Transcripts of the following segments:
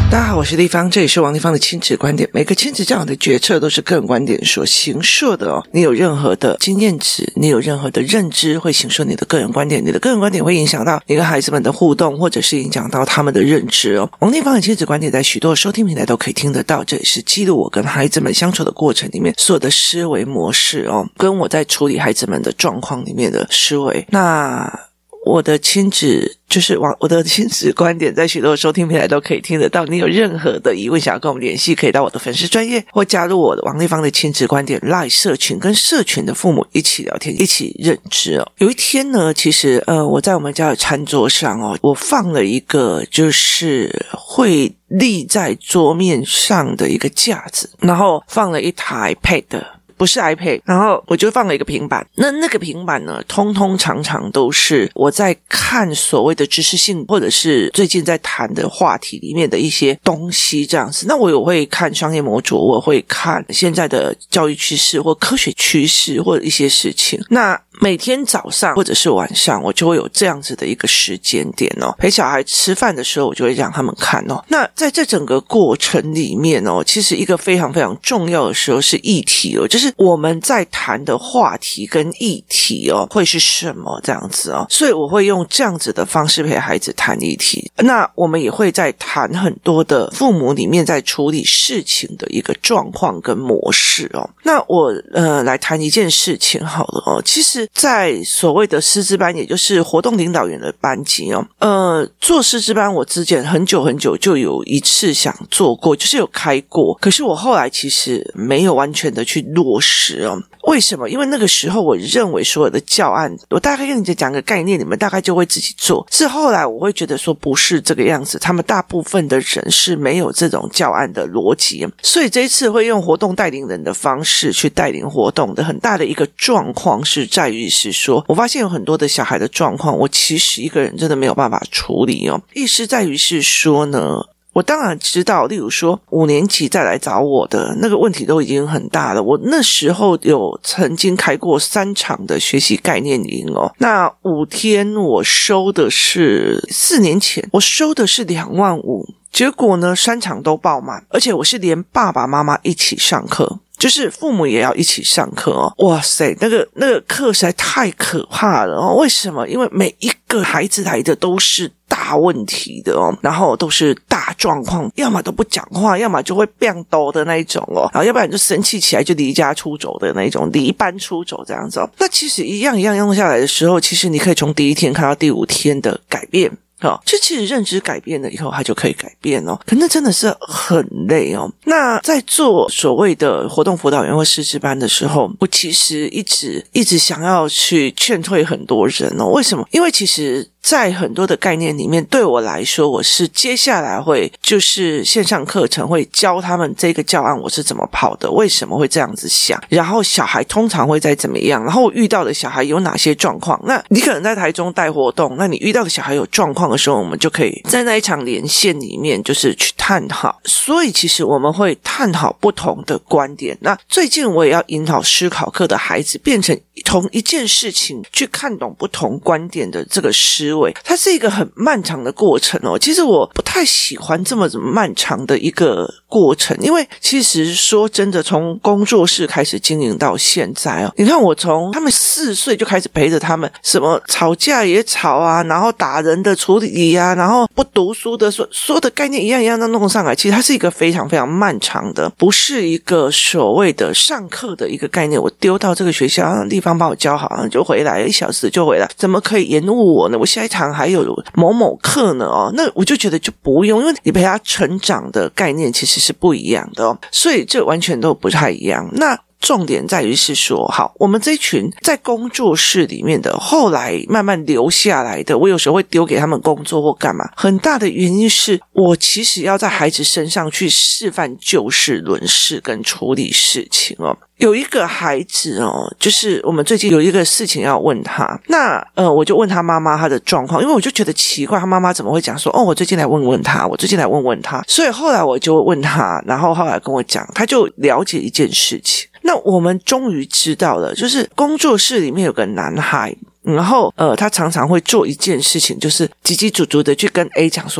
大家好，我是立方，这里是王立方的亲子观点。每个亲子教养的决策都是个人观点所形塑的哦。你有任何的经验值，你有任何的认知，会形塑你的个人观点。你的个人观点会影响到你跟孩子们的互动，或者是影响到他们的认知哦。王立方的亲子观点在许多收听平台都可以听得到，这也是记录我跟孩子们相处的过程里面所有的思维模式哦，跟我在处理孩子们的状况里面的思维。那我的亲子我的亲子观点在许多收听平台都可以听得到。你有任何的疑问想要跟我们联系，可以到我的粉丝专页或加入我的王立方的亲子观点 LINE 社群，跟社群的父母一起聊天，一起认知哦。有一天呢，其实我在我们家的餐桌上哦，我放了一个就是会立在桌面上的一个架子，然后放了一台 iPad，不是 iPad， 然后我就放了一个平板。那个平板呢，通常都是我在看所谓的知识性或者是最近在谈的话题里面的一些东西这样子。那我有会看商业模组，我会看现在的教育趋势或科学趋势或者一些事情。那每天早上或者是晚上，我就会有这样子的一个时间点哦，陪小孩吃饭的时候，我就会让他们看哦。那在这整个过程里面哦，其实一个非常非常重要的时候是议题哦，就是我们在谈的话题跟议题哦，会是什么这样子哦。所以我会用这样子的方式陪孩子谈议题。那我们也会在谈很多的父母里面在处理事情的一个状况跟模式哦。那我来谈一件事情好了哦，其实在所谓的师资班，也就是活动领导员的班级哦，做师资班我之前很久就有一次想做过，就是有开过，可是我后来其实没有完全的去落实哦。为什么？因为那个时候我认为所有的教案，我大概跟你讲个概念，你们大概就会自己做。是后来我会觉得说不是这个样子，他们大部分的人是没有这种教案的逻辑，所以这一次会用活动带领人的方式去带领活动的很大的一个状况是在于是说，我发现有很多的小孩的状况，我其实一个人真的没有办法处理哦。意思在于是说呢，我当然知道，例如说5年级再来找我的那个问题都已经很大了。我那时候有曾经开过3场的学习概念营哦，那5天我收的是4年前我收的是25000，结果呢3场都爆满，而且我是连爸爸妈妈一起上课，就是父母也要一起上课哦。哇塞，那个课实在太可怕了哦。为什么？因为每一个孩子来的都是大问题的哦，然后都是大状况，要么都不讲话，要么就会变抖的那一种哦，然后要不然就生气起来就离家出走的那一种，离班出走这样子哦。那其实一样用下来的时候，其实你可以从第1天看到第5天的改变。就其实认知改变了以后，它就可以改变哦。可那真的是很累哦。那在做所谓的活动辅导员或师资班的时候，我其实一直想要去劝退很多人哦。为什么？因为其实在很多的概念里面，对我来说，我是接下来会就是线上课程会教他们这个教案我是怎么跑的，为什么会这样子想，然后小孩通常会再怎么样，然后我遇到的小孩有哪些状况。那你可能在台中带活动，那你遇到的小孩有状况的时候，我们就可以在那一场连线里面就是去探讨。所以其实我们会探讨不同的观点。那最近我也要引导思考课的孩子变成同一件事情去看懂不同观点的这个思维，它是一个很漫长的过程哦。其实我不太喜欢这么漫长的一个过程，因为其实说真的，从工作室开始经营到现在哦，你看我从他们4岁就开始陪着他们，什么吵架也吵啊，然后打人的处理啊，然后不读书的所有的概念一样的弄上来，其实它是一个非常非常漫长的，不是一个所谓的上课的一个概念。我丢到这个学校地方帮我教好就回来1小时就回来，怎么可以延误我呢？我下一堂还有某某课呢哦，那我就觉得就不用，因为你陪他成长的概念其实是不一样的哦，所以这完全都不太一样。那重点在于是说，好，我们这一群在工作室里面的后来慢慢留下来的，我有时候会丢给他们工作或干嘛，很大的原因是我其实要在孩子身上去示范就事论事跟处理事情哦。有一个孩子哦，就是我们最近有一个事情要问他，那我就问他妈妈他的状况，因为我就觉得奇怪，他妈妈怎么会讲说我最近来问问他，我最近来问问他，所以后来我就问他，然后后来跟我讲，他就了解一件事情。那我们终于知道了，就是工作室里面有个男孩，然后他常常会做一件事情，就是叽叽足足的去跟 A 讲说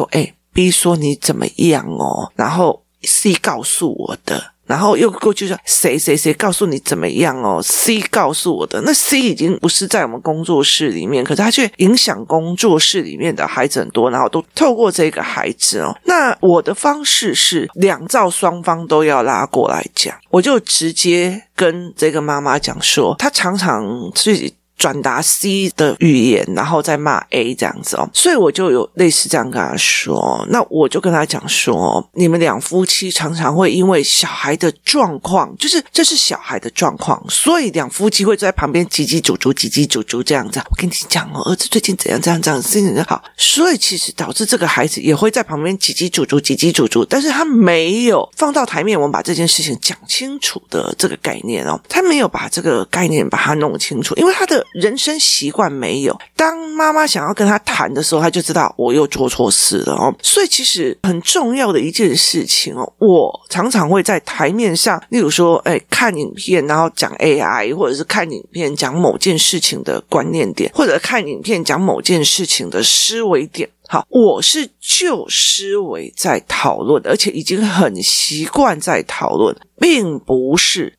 B 说你怎么样哦，然后 C 告诉我的，然后又过去说谁谁谁告诉你怎么样哦 ，C 告诉我的。那 C 已经不是在我们工作室里面，可是他却影响工作室里面的孩子很多，然后都透过这个孩子哦。那我的方式是两造双方都要拉过来讲，我就直接跟这个妈妈讲说，她常常自己转达 C 的语言，然后再骂 A 这样子哦，所以我就有类似这样跟他说，那我就跟他讲说，你们两夫妻常常会因为小孩的状况，就是这是小孩的状况，所以两夫妻会在旁边叽叽喳喳叽叽喳喳这样子。我跟你讲哦，儿子最近怎样这样这样，心情好，所以其实导致这个孩子也会在旁边叽叽喳喳叽叽喳喳，但是他没有放到台面，我们把这件事情讲清楚的这个概念哦，他没有把这个概念把它弄清楚，因为他的人生习惯没有，当妈妈想要跟他谈的时候，他就知道我又做错事了哦。所以其实很重要的一件事情哦，我常常会在台面上，例如说看影片然后讲 AI， 或者是看影片讲某件事情的观念点，或者看影片讲某件事情的思维点。好，我是就思维在讨论，而且已经很习惯在讨论，并不是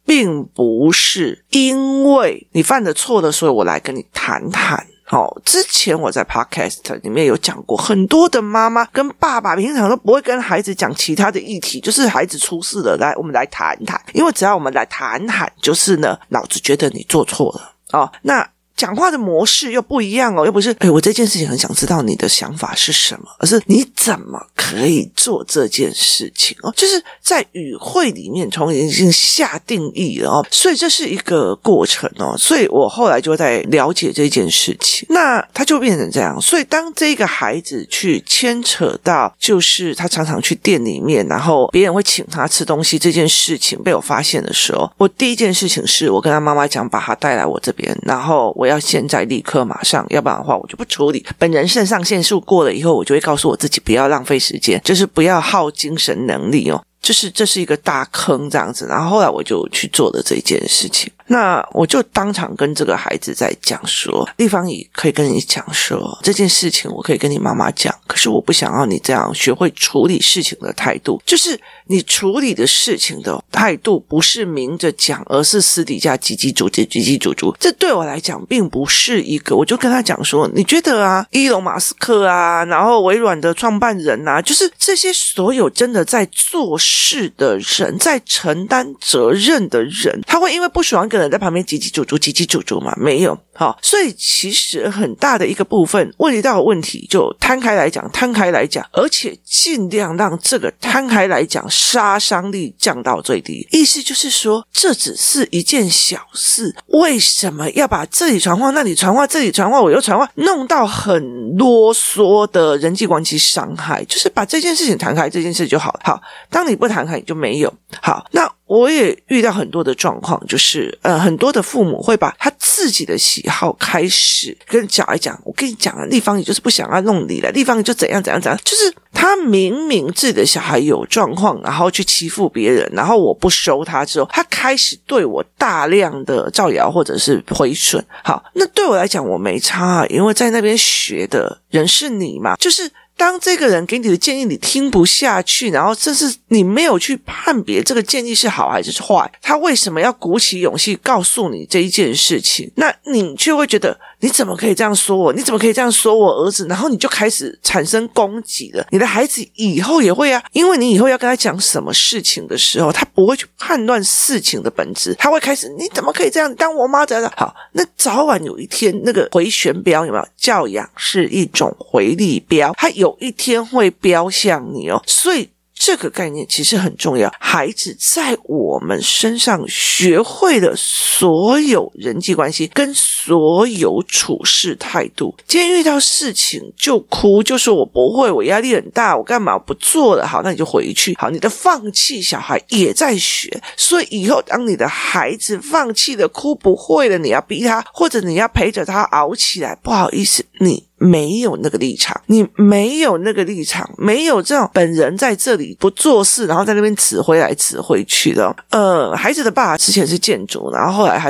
因为你犯的错的，所以我来跟你谈谈。之前我在 podcast 里面有讲过，很多的妈妈跟爸爸平常都不会跟孩子讲其他的议题，就是孩子出事了，来我们来谈谈，因为只要我们来谈谈，就是呢，老子觉得你做错了那讲话的模式又不一样哦，又不是我这件事情很想知道你的想法是什么，而是你怎么可以做这件事情哦，就是在语汇里面从已经下定义了哦，所以这是一个过程哦，所以我后来就在了解这件事情，那他就变成这样，所以当这个孩子去牵扯到就是他常常去店里面，然后别人会请他吃东西这件事情被我发现的时候，我第一件事情是我跟他妈妈讲，把他带来我这边，然后我要现在立刻马上，要不然的话我就不处理。本人肾上腺素过了以后，我就会告诉我自己不要浪费时间，就是不要耗精神能力哦，就是这是一个大坑这样子。然后后来我就去做了这件事情，那我就当场跟这个孩子在讲说，立方也可以跟你讲说，这件事情我可以跟你妈妈讲，可是我不想要你这样学会处理事情的态度，就是你处理的事情的态度不是明着讲，而是私底下叽叽喳喳，这对我来讲并不是一个，我就跟他讲说，你觉得啊，伊隆马斯克啊，然后微软的创办人啊，就是这些所有真的在做事的人，在承担责任的人，他会因为不爽一个人在旁边叽叽喳喳吗？没有。好，所以其实很大的一个部分，问题到的问题就摊开来讲，而且尽量让这个摊开来讲杀伤力降到最低。意思就是说，这只是一件小事，为什么要把这里传话那里传话，这里传话我又传话，弄到很啰嗦的人际关系伤害？就是把这件事情谈开，这件事就好了。好，当你不谈开，你就没有。好，那我也遇到很多的状况，就是很多的父母会把他自己的喜好开始跟小孩讲，我跟你讲啊，立方你就是不想要弄你了，立方你就怎样，就是他明明自己的小孩有状况，然后去欺负别人，然后我不收他之后，他开始对我大量的造谣或者是回损。好，那对我来讲我没差因为在那边学的人是你嘛，就是当这个人给你的建议你听不下去，然后甚至你没有去判别这个建议是好还是坏，他为什么要鼓起勇气告诉你这一件事情，那你却会觉得你怎么可以这样说我，你怎么可以这样说我儿子，然后你就开始产生攻击了。你的孩子以后也会啊，因为你以后要跟他讲什么事情的时候，他不会去判断事情的本质，他会开始你怎么可以这样当我妈这样。好，那早晚有一天那个回旋镖有没有，教养是一种回力镖，它有一天会飙向你哦，所以这个概念其实很重要。孩子在我们身上学会了所有人际关系跟所有处事态度，今天遇到事情就哭，就说我不会，我压力很大，我干嘛不做了。好，那你就回去。好，你的放弃小孩也在学，所以以后当你的孩子放弃了，哭不会了，你要逼他，或者你要陪着他熬起来，不好意思，你没有那个立场，没有这种本人在这里不做事，然后在那边指挥来指挥去的。孩子的爸爸之前是建筑，然后后来还是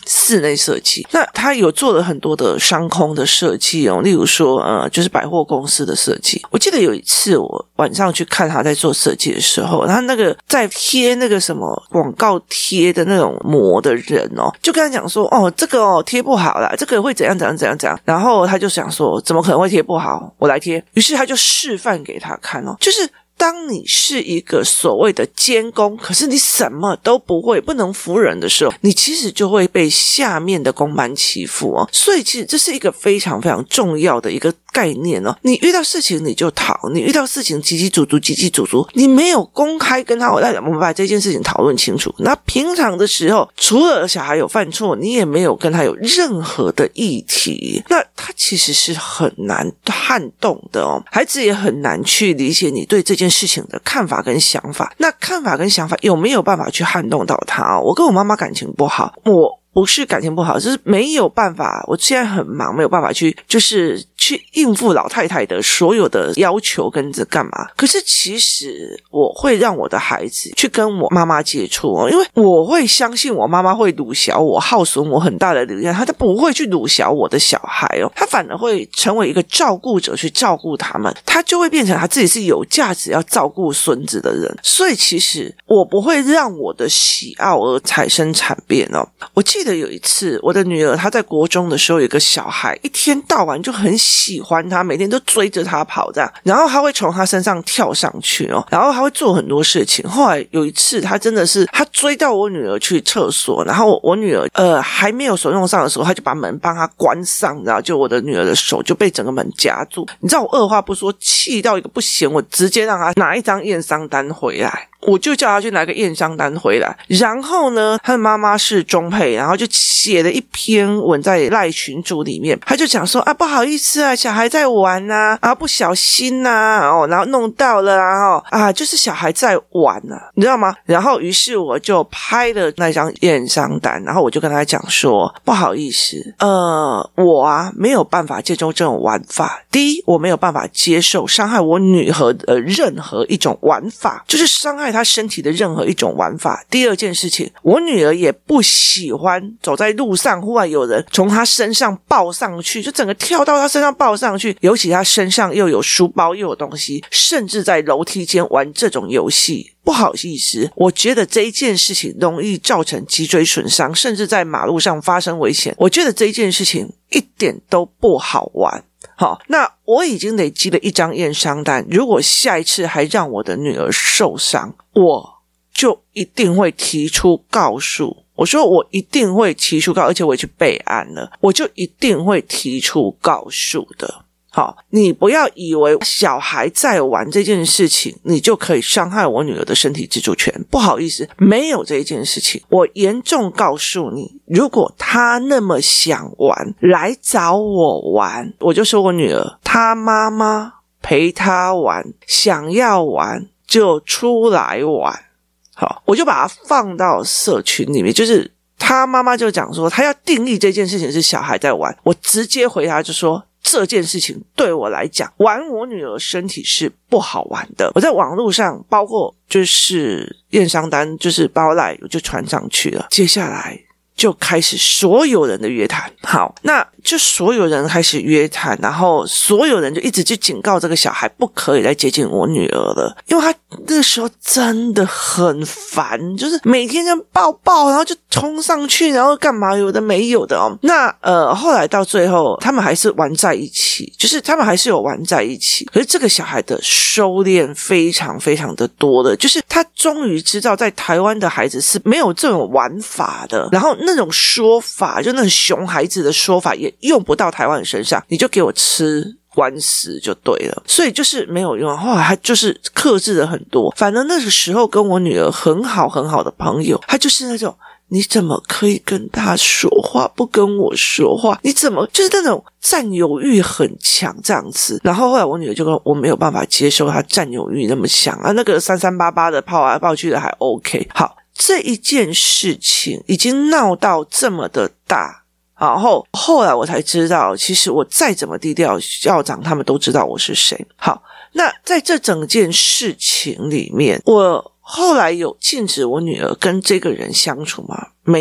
室内设计。那他有做了很多的商空的设计哦，例如说就是百货公司的设计。我记得有一次我晚上去看他在做设计的时候，他那个在贴那个什么广告贴的那种膜的人哦，就跟他讲说这个贴不好啦，这个会怎样怎样怎样怎样。然后他就想说怎么可能会贴不好，我来贴。于是他就示范给他看哦，就是当你是一个所谓的监工，可是你什么都不会，不能服人的时候，你其实就会被下面的工班欺负哦。所以其实这是一个非常非常重要的一个概念哦。你遇到事情你就逃，你遇到事情叽叽足足，你没有公开跟他我们把这件事情讨论清楚。那平常的时候，除了小孩有犯错，你也没有跟他有任何的议题，那他其实是很难撼动的哦。孩子也很难去理解你对这件事情的看法跟想法，那看法跟想法有没有办法去撼动到他？我跟我妈妈感情不好，我不是感情不好，就是没有办法，我现在很忙，没有办法去去应付老太太的所有的要求跟这干嘛。可是其实我会让我的孩子去跟我妈妈接触哦，因为我会相信我妈妈会辱小我，耗损我很大的力量，她都不会去辱小我的小孩哦，她反而会成为一个照顾者去照顾他们，她就会变成她自己是有价值要照顾孙子的人。所以其实我不会让我的喜好而产生惨变哦。我记得有一次我的女儿她在国中的时候，有一个小孩一天到晚就很喜欢她，每天都追着她跑这样，然后她会从她身上跳上去哦，然后她会做很多事情。后来有一次她真的是她追到我女儿去厕所，然后我女儿还没有手用上的时候，她就把门帮她关上，然后就我的女儿的手就被整个门夹住。你知道我二话不说，气到一个不行，我直接让她拿一张验伤单回来，我就叫他去拿个验伤单回来。然后呢，他的妈妈是中配，然后就写了一篇文在赖群组里面，他就讲说不好意思啊，小孩在玩啊，不小心啊，然后弄到了就是小孩在玩啊，你知道吗？然后于是我就拍了那张验伤单，然后我就跟他讲说不好意思，我没有办法接受这种玩法。第一，我没有办法接受伤害我女儿的任何一种玩法，就是伤害她身体的任何一种玩法。第二件事情，我女儿也不喜欢走在路上忽然有人从她身上抱上去，就整个跳到她身上抱上去，尤其她身上又有书包又有东西，甚至在楼梯间玩这种游戏。不好意思，我觉得这一件事情容易造成脊椎损伤，甚至在马路上发生危险。我觉得这一件事情一点都不好玩。好，那我已经累积了一张验伤单，如果下一次还让我的女儿受伤，我就一定会提出告诉。我说我一定会提出告，而且我也去备案了，我就一定会提出告诉的。好，你不要以为小孩在玩这件事情，你就可以伤害我女儿的身体自主权。不好意思，没有这一件事情。我严重告诉你，如果她那么想玩，来找我玩，我就说我女儿，她妈妈陪她玩，想要玩就出来玩。好，我就把它放到社群里面，就是她妈妈就讲说，她要定义这件事情是小孩在玩，我直接回答就说，这件事情对我来讲，玩我女儿身体是不好玩的。我在网络上，包括就是验伤单，就是包赖，我就传上去了。接下来就开始所有人的约谈。好，那就所有人开始约谈，然后所有人就一直去警告这个小孩不可以再接近我女儿了，因为他那个时候真的很烦，就是每天就抱，然后就冲上去，然后干嘛有的没有的哦。那后来到最后他们还是玩在一起，就是他们还是有玩在一起，可是这个小孩的收敛非常非常的多的，就是他终于知道在台湾的孩子是没有这种玩法的，然后那种说法，就那种熊孩子的说法也用不到台湾人身上，你就给我吃关死就对了，所以就是没有用。后来他就是克制了很多，反正那个时候跟我女儿很好很好的朋友，他就是那种你怎么可以跟他说话不跟我说话，你怎么就是那种占有欲很强这样子。然后后来我女儿就跟我没有办法接受他占有欲那么强啊，那个3388的泡来泡去的还 OK。 好，这一件事情已经闹到这么的大，然后后来我才知道，其实我再怎么低调，校长他们都知道我是谁。好，那在这整件事情里面，我后来有禁止我女儿跟这个人相处吗？没有，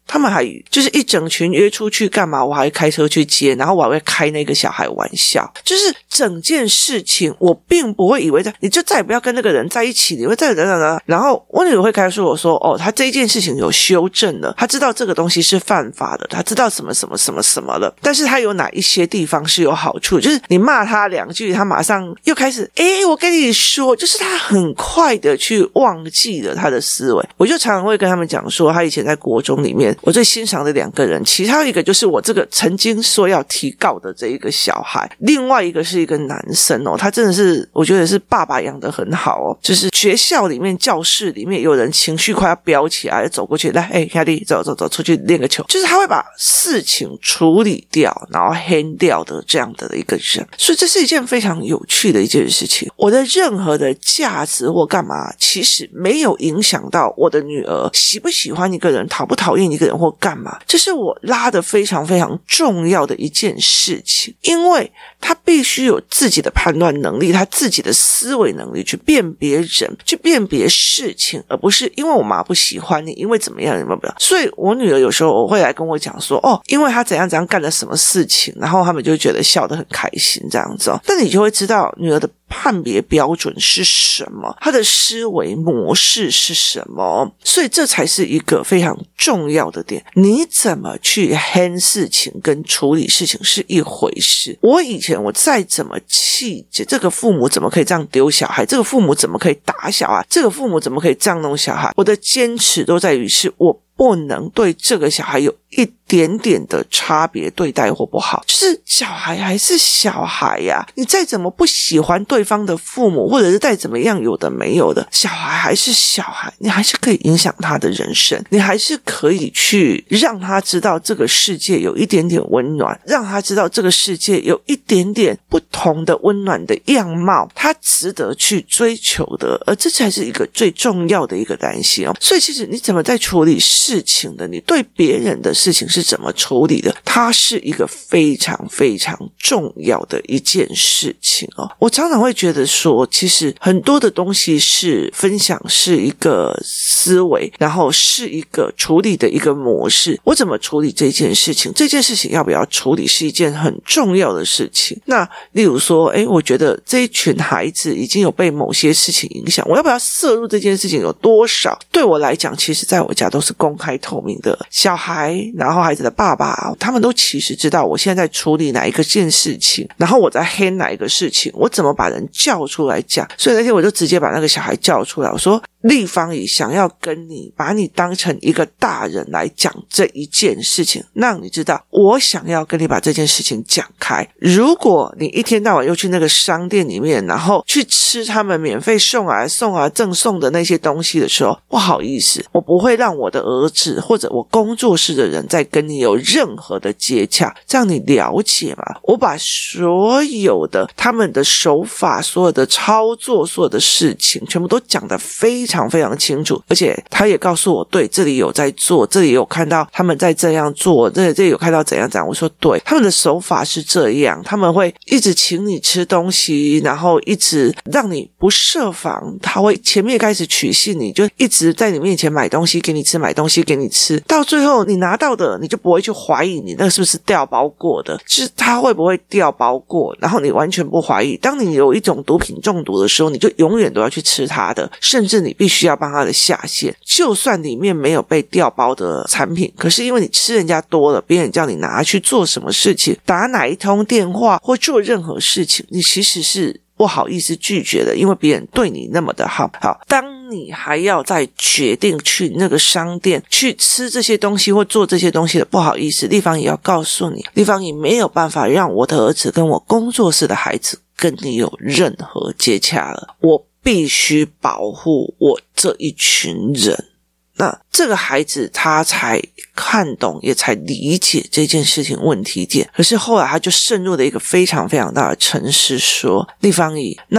他们还就是一整群约出去干嘛，我还会开车去接，然后我还会开那个小孩玩笑，就是整件事情我并不会以为你就再也不要跟那个人在一起，你会再然后我女儿会开始说我说他这一件事情有修正了，他知道这个东西是犯法的，他知道什么什么什么什么了，但是他有哪一些地方是有好处，就是你骂他2句，他马上又开始我跟你说，就是他很快的去忘记了他的思维。我就常常会跟他们讲说，他以前在国中里面我最欣赏的2个人，其他一个就是我这个曾经说要提告的这一个小孩，另外一个是一个男生他真的是我觉得是爸爸养得很好就是学校里面教室里面有人情绪快要飙起来，走过去来亚弟走出去练个球，就是他会把事情处理掉然后 hand 掉的这样的一个人，所以这是一件非常有趣的一件事情。我的任何的价值或干嘛其实没有影响到我的女儿喜不喜欢一个人，讨不讨厌一个人或干嘛，这是我拉的非常非常重要的一件事情，因为他必须有自己的判断能力，他自己的思维能力去辨别人，去辨别事情，而不是因为我妈不喜欢你，因为怎么样，所以我女儿有时候我会来跟我讲说因为他怎样怎样干了什么事情，然后他们就觉得笑得很开心这样子但你就会知道女儿的判别标准是什么，他的思维模式是什么，所以这才是一个非常重要的点。你怎么去 handle 事情跟处理事情是一回事。我以前我再怎么气这个父母怎么可以这样丢小孩，这个父母怎么可以打小孩，这个父母怎么可以这样弄小孩，我的坚持都在于是我不能对这个小孩有一点点的差别对待或不好，就是小孩还是小孩呀，你再怎么不喜欢对方的父母，或者是再怎么样有的没有的，小孩还是小孩，你还是可以影响他的人生，你还是可以去让他知道这个世界有一点点温暖，让他知道这个世界有一点点不同的温暖的样貌，他值得去追求的，而这才是一个最重要的一个担心所以其实你怎么在处理事情的，你对别人的事情是怎么处理的，它是一个非常非常重要的一件事情我常常会觉得说，其实很多的东西是分享，是一个思维，然后是一个处理的一个模式。我怎么处理这件事情，这件事情要不要处理是一件很重要的事情。那例如说我觉得这一群孩子已经有被某些事情影响，我要不要涉入这件事情有多少，对我来讲其实在我家都是公开透明的，小孩然后孩子的爸爸他们都其实知道我现在在处理哪一个件事情，然后我在黑哪一个事情，我怎么把人叫出来讲。所以那天我就直接把那个小孩叫出来，我说立方也想要跟你把你当成一个大人来讲这一件事情，让你知道我想要跟你把这件事情讲开。如果你一天到晚又去那个商店里面，然后去吃他们免费送赠送的那些东西的时候，不好意思，我不会让我的儿子或者我工作室的人再跟你有任何的接洽，这样你了解吗？我把所有的他们的手法，所有的操作，所有的事情全部都讲得非常非常清楚，而且他也告诉我，对，这里有在做，这里有看到他们在这样做，这里有看到怎样怎样。我说对，他们的手法是这样，他们会一直请你吃东西，然后一直让你不设防，他会前面开始取信你，就一直在你面前买东西给你吃，买东西给你吃，到最后你拿到的你就不会去怀疑你那是不是调包过的，就是他会不会调包过，然后你完全不怀疑。当你有一种毒品中毒的时候，你就永远都要去吃它的，甚至你必须要帮它的下线，就算里面没有被调包的产品，可是因为你吃人家多了，别人叫你拿去做什么事情，打哪一通电话或做任何事情，你其实是不好意思拒绝的，因为别人对你那么的好。当你还要再决定去那个商店去吃这些东西或做这些东西的，不好意思，立方也要告诉你，立方也没有办法让我的儿子跟我工作室的孩子跟你有任何接洽了，我必须保护我这一群人。那这个孩子他才看懂，也才理解这件事情问题点。可是后来他就渗入了一个非常非常大的程式，说立方姨，那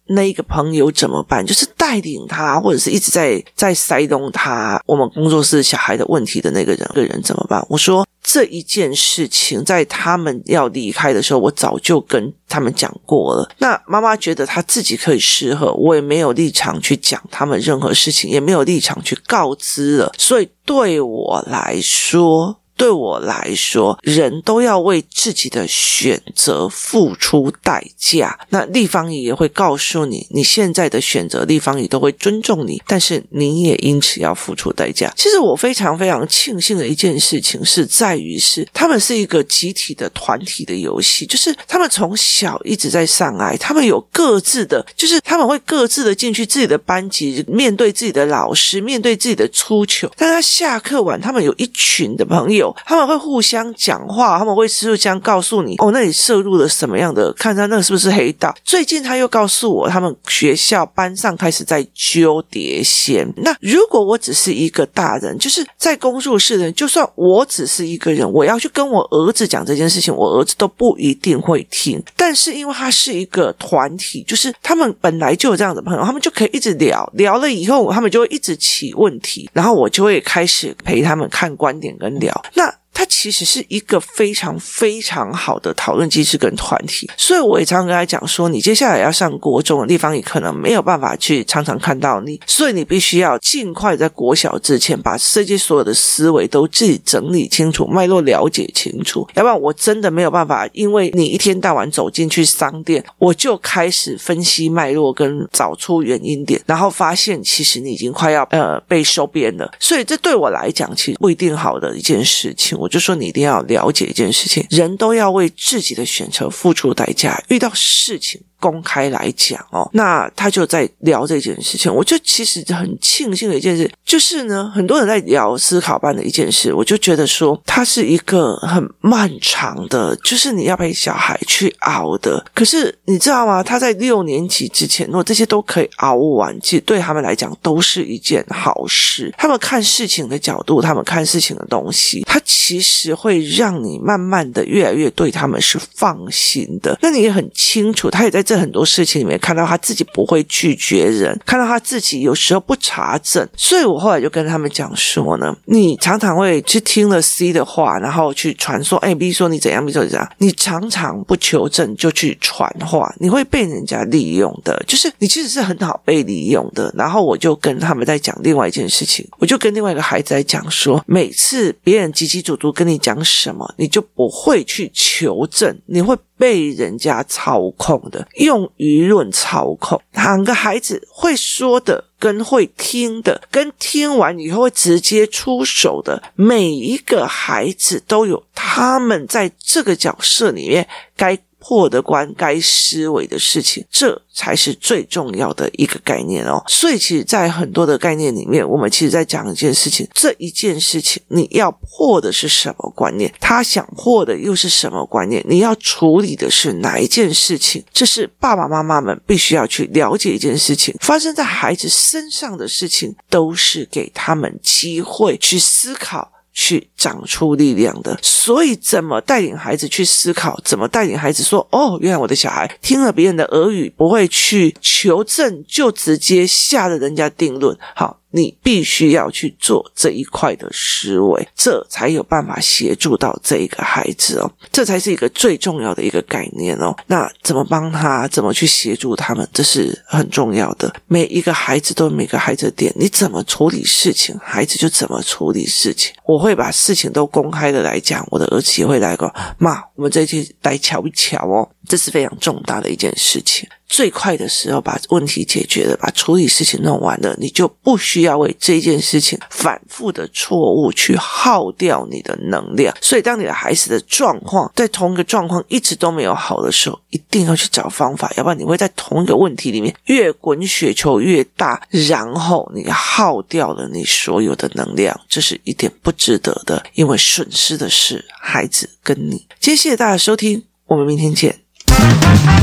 那一个朋友怎么办？就是带领他，或者是一直在塞动他我们工作室小孩的问题的那个人怎么办？我说这一件事情在他们要离开的时候，我早就跟他们讲过了。那妈妈觉得她自己可以适合，我也没有立场去讲他们任何事情，也没有立场去告知了。所以对我来说，人都要为自己的选择付出代价。那立方体也会告诉你，你现在的选择，立方体都会尊重你，但是你也因此要付出代价。其实我非常非常庆幸的一件事情是在于他们是一个集体的团体的游戏，就是他们从小一直在上来，他们有各自的，就是他们会各自的进去自己的班级，面对自己的老师，面对自己的出糗。但他下课晚，他们有一群的朋友，他们会互相讲话，他们会互相告诉你那里涉入了什么样的，看他那是不是黑道。最近他又告诉我他们学校班上开始在揪碟仙。那如果我只是一个大人，就是在工作室的人，就算我只是一个人，我要去跟我儿子讲这件事情，我儿子都不一定会听。但是因为他是一个团体，就是他们本来就有这样的朋友，他们就可以一直聊了以后，他们就会一直起问题，然后我就会开始陪他们看观点跟聊。那它其实是一个非常非常好的讨论机制跟团体，所以我也常跟他讲说，你接下来要上国中的地方，你可能没有办法去常常看到你，所以你必须要尽快在国小之前把这些所有的思维都自己整理清楚，脉络了解清楚，要不然我真的没有办法，因为你一天到晚走进去商店，我就开始分析脉络跟找出原因点，然后发现其实你已经快要被收编了。所以这对我来讲其实不一定好的一件事情。我就说你一定要了解一件事情，人都要为自己的选择付出代价，遇到事情公开来讲那他就在聊这件事情。我就其实很庆幸的一件事就是呢，很多人在聊思考班的一件事，我就觉得说它是一个很漫长的，就是你要陪小孩去熬的。可是你知道吗，他在6年级之前，如果这些都可以熬完，其实对他们来讲都是一件好事。他们看事情的角度，他们看事情的东西，他其实会让你慢慢的越来越对他们是放心的。那你也很清楚，他也在这很多事情里面看到他自己不会拒绝人，看到他自己有时候不查证。所以我后来就跟他们讲说呢，你常常会去听了 C 的话，然后去传说B 说你怎样 B 说你怎样，你常常不求证就去传话，你会被人家利用的，就是你其实是很好被利用的。然后我就跟他们在讲另外一件事情，我就跟另外一个孩子在讲说，每次别人叽叽喳喳跟你讲什么，你就不会去求证，你会被人家操控的，用舆论操控。两个孩子会说的跟会听的，跟听完以后会直接出手的，每一个孩子都有他们在这个角色里面该破的关，该思维的事情，这才是最重要的一个概念所以其实在很多的概念里面，我们其实在讲一件事情，这一件事情你要破的是什么观念，他想破的又是什么观念，你要处理的是哪一件事情，这是爸爸妈妈们必须要去了解一件事情。发生在孩子身上的事情都是给他们机会去思考，去长出力量的。所以怎么带领孩子去思考，怎么带领孩子说原来我的小孩听了别人的耳语不会去求证，就直接下了人家定论。好，你必须要去做这一块的思维，这才有办法协助到这一个孩子这才是一个最重要的一个概念那怎么帮他，怎么去协助他们，这是很重要的。每一个孩子都有每个孩子的点，你怎么处理事情，孩子就怎么处理事情。我会把事情都公开的来讲，我的儿子也会来说，妈，我们这一期来瞧一瞧这是非常重大的一件事情。最快的时候把问题解决了，把处理事情弄完了，你就不需要为这件事情反复的错误去耗掉你的能量。所以当你的孩子的状况在同一个状况一直都没有好的时候，一定要去找方法，要不然你会在同一个问题里面越滚雪球越大，然后你耗掉了你所有的能量，这是一点不值得的，因为损失的是孩子跟你。谢谢大家收听，我们明天见。